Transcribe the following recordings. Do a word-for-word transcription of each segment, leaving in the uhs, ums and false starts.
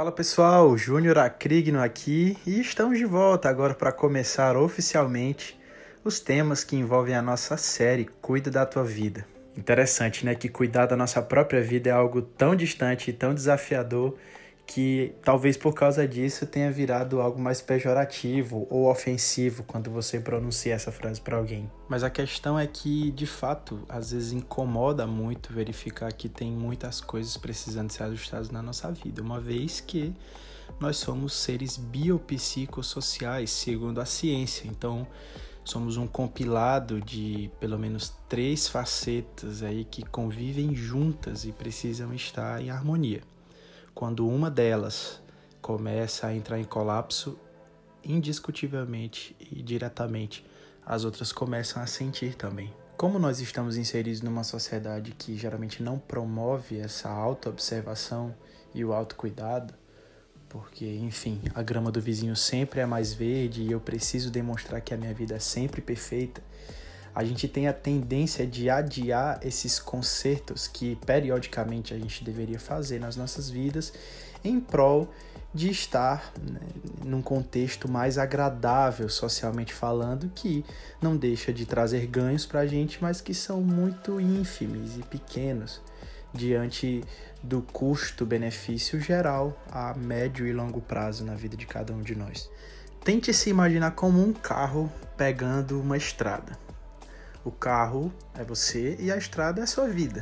Fala pessoal, Júnior Acrigno aqui e estamos de volta agora para começar oficialmente os temas que envolvem a nossa série Cuida da Tua Vida. Interessante, né, que cuidar da nossa própria vida é algo tão distante e tão desafiador que talvez por causa disso tenha virado algo mais pejorativo ou ofensivo quando você pronuncia essa frase para alguém. Mas a questão é que, de fato, às vezes incomoda muito verificar que tem muitas coisas precisando ser ajustadas na nossa vida, uma vez que nós somos seres biopsicossociais, segundo a ciência. Então, somos um compilado de pelo menos três facetas aí que convivem juntas e precisam estar em harmonia. Quando uma delas começa a entrar em colapso, indiscutivelmente e diretamente, as outras começam a sentir também. Como nós estamos inseridos numa sociedade que geralmente não promove essa autoobservação e o autocuidado, porque, enfim, a grama do vizinho sempre é mais verde e eu preciso demonstrar que a minha vida é sempre perfeita, a gente tem a tendência de adiar esses consertos que periodicamente a gente deveria fazer nas nossas vidas em prol de estar, né, num contexto mais agradável socialmente falando, que não deixa de trazer ganhos para a gente, mas que são muito ínfimos e pequenos diante do custo-benefício geral a médio e longo prazo na vida de cada um de nós. Tente se imaginar como um carro pegando uma estrada. O carro é você e a estrada é a sua vida.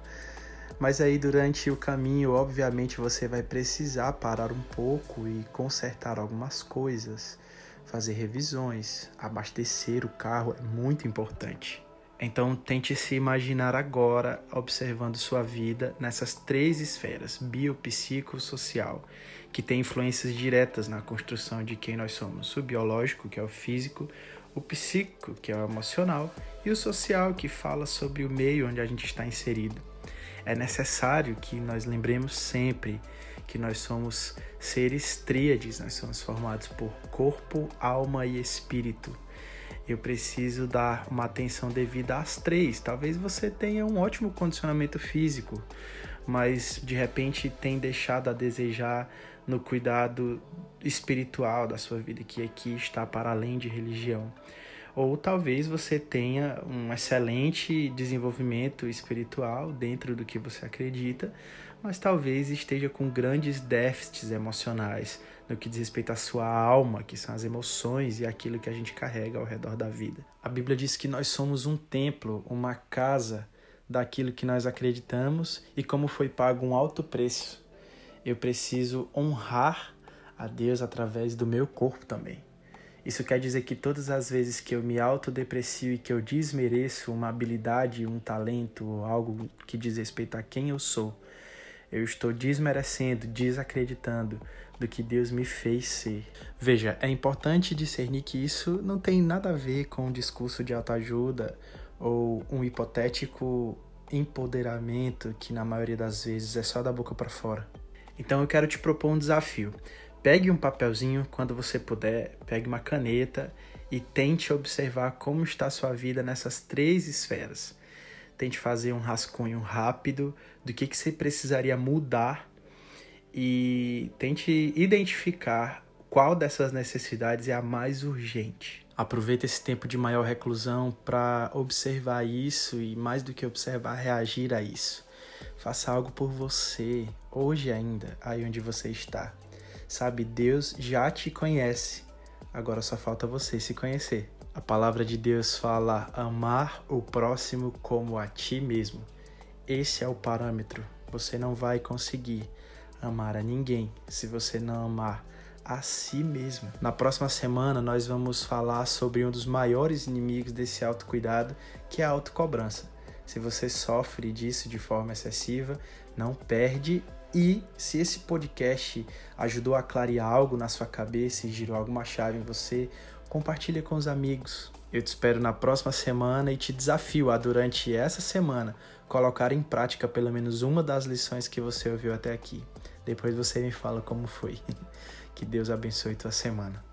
Mas aí durante o caminho, obviamente, você vai precisar parar um pouco e consertar algumas coisas, fazer revisões, abastecer o carro é muito importante. Então tente se imaginar agora observando sua vida nessas três esferas, biopsicossocial, que tem influências diretas na construção de quem nós somos. O biológico, que é o físico, o psíquico, que é o emocional, e o social, que fala sobre o meio onde a gente está inserido. É necessário que nós lembremos sempre que nós somos seres tríades, nós somos formados por corpo, alma e espírito. Eu preciso dar uma atenção devida às três. Talvez você tenha um ótimo condicionamento físico, mas de repente tem deixado a desejar no cuidado espiritual da sua vida, que aqui está para além de religião. Ou talvez você tenha um excelente desenvolvimento espiritual dentro do que você acredita, mas talvez esteja com grandes déficits emocionais no que diz respeito à sua alma, que são as emoções e aquilo que a gente carrega ao redor da vida. A Bíblia diz que nós somos um templo, uma casa daquilo que nós acreditamos e como foi pago um alto preço. Eu preciso honrar a Deus através do meu corpo também. Isso quer dizer que todas as vezes que eu me autodeprecio e que eu desmereço uma habilidade, um talento, algo que diz respeito a quem eu sou, eu estou desmerecendo, desacreditando do que Deus me fez ser. Veja, é importante discernir que isso não tem nada a ver com um discurso de autoajuda ou um hipotético empoderamento que na maioria das vezes é só da boca para fora. Então eu quero te propor um desafio. Pegue um papelzinho quando você puder, pegue uma caneta e tente observar como está a sua vida nessas três esferas. Tente fazer um rascunho rápido do que, que você precisaria mudar e tente identificar qual dessas necessidades é a mais urgente. Aproveite esse tempo de maior reclusão para observar isso e, mais do que observar, reagir a isso. Faça algo por você, hoje ainda, aí onde você está. Sabe, Deus já te conhece, agora só falta você se conhecer. A palavra de Deus fala amar o próximo como a ti mesmo. Esse é o parâmetro. Você não vai conseguir amar a ninguém se você não amar a si mesmo. Na próxima semana nós vamos falar sobre um dos maiores inimigos desse autocuidado, que é a autocobrança. Se você sofre disso de forma excessiva, não perde. E se esse podcast ajudou a clarear algo na sua cabeça e girou alguma chave em você, compartilha com os amigos. Eu te espero na próxima semana e te desafio a, durante essa semana, colocar em prática pelo menos uma das lições que você ouviu até aqui. Depois você me fala como foi. Que Deus abençoe tua semana.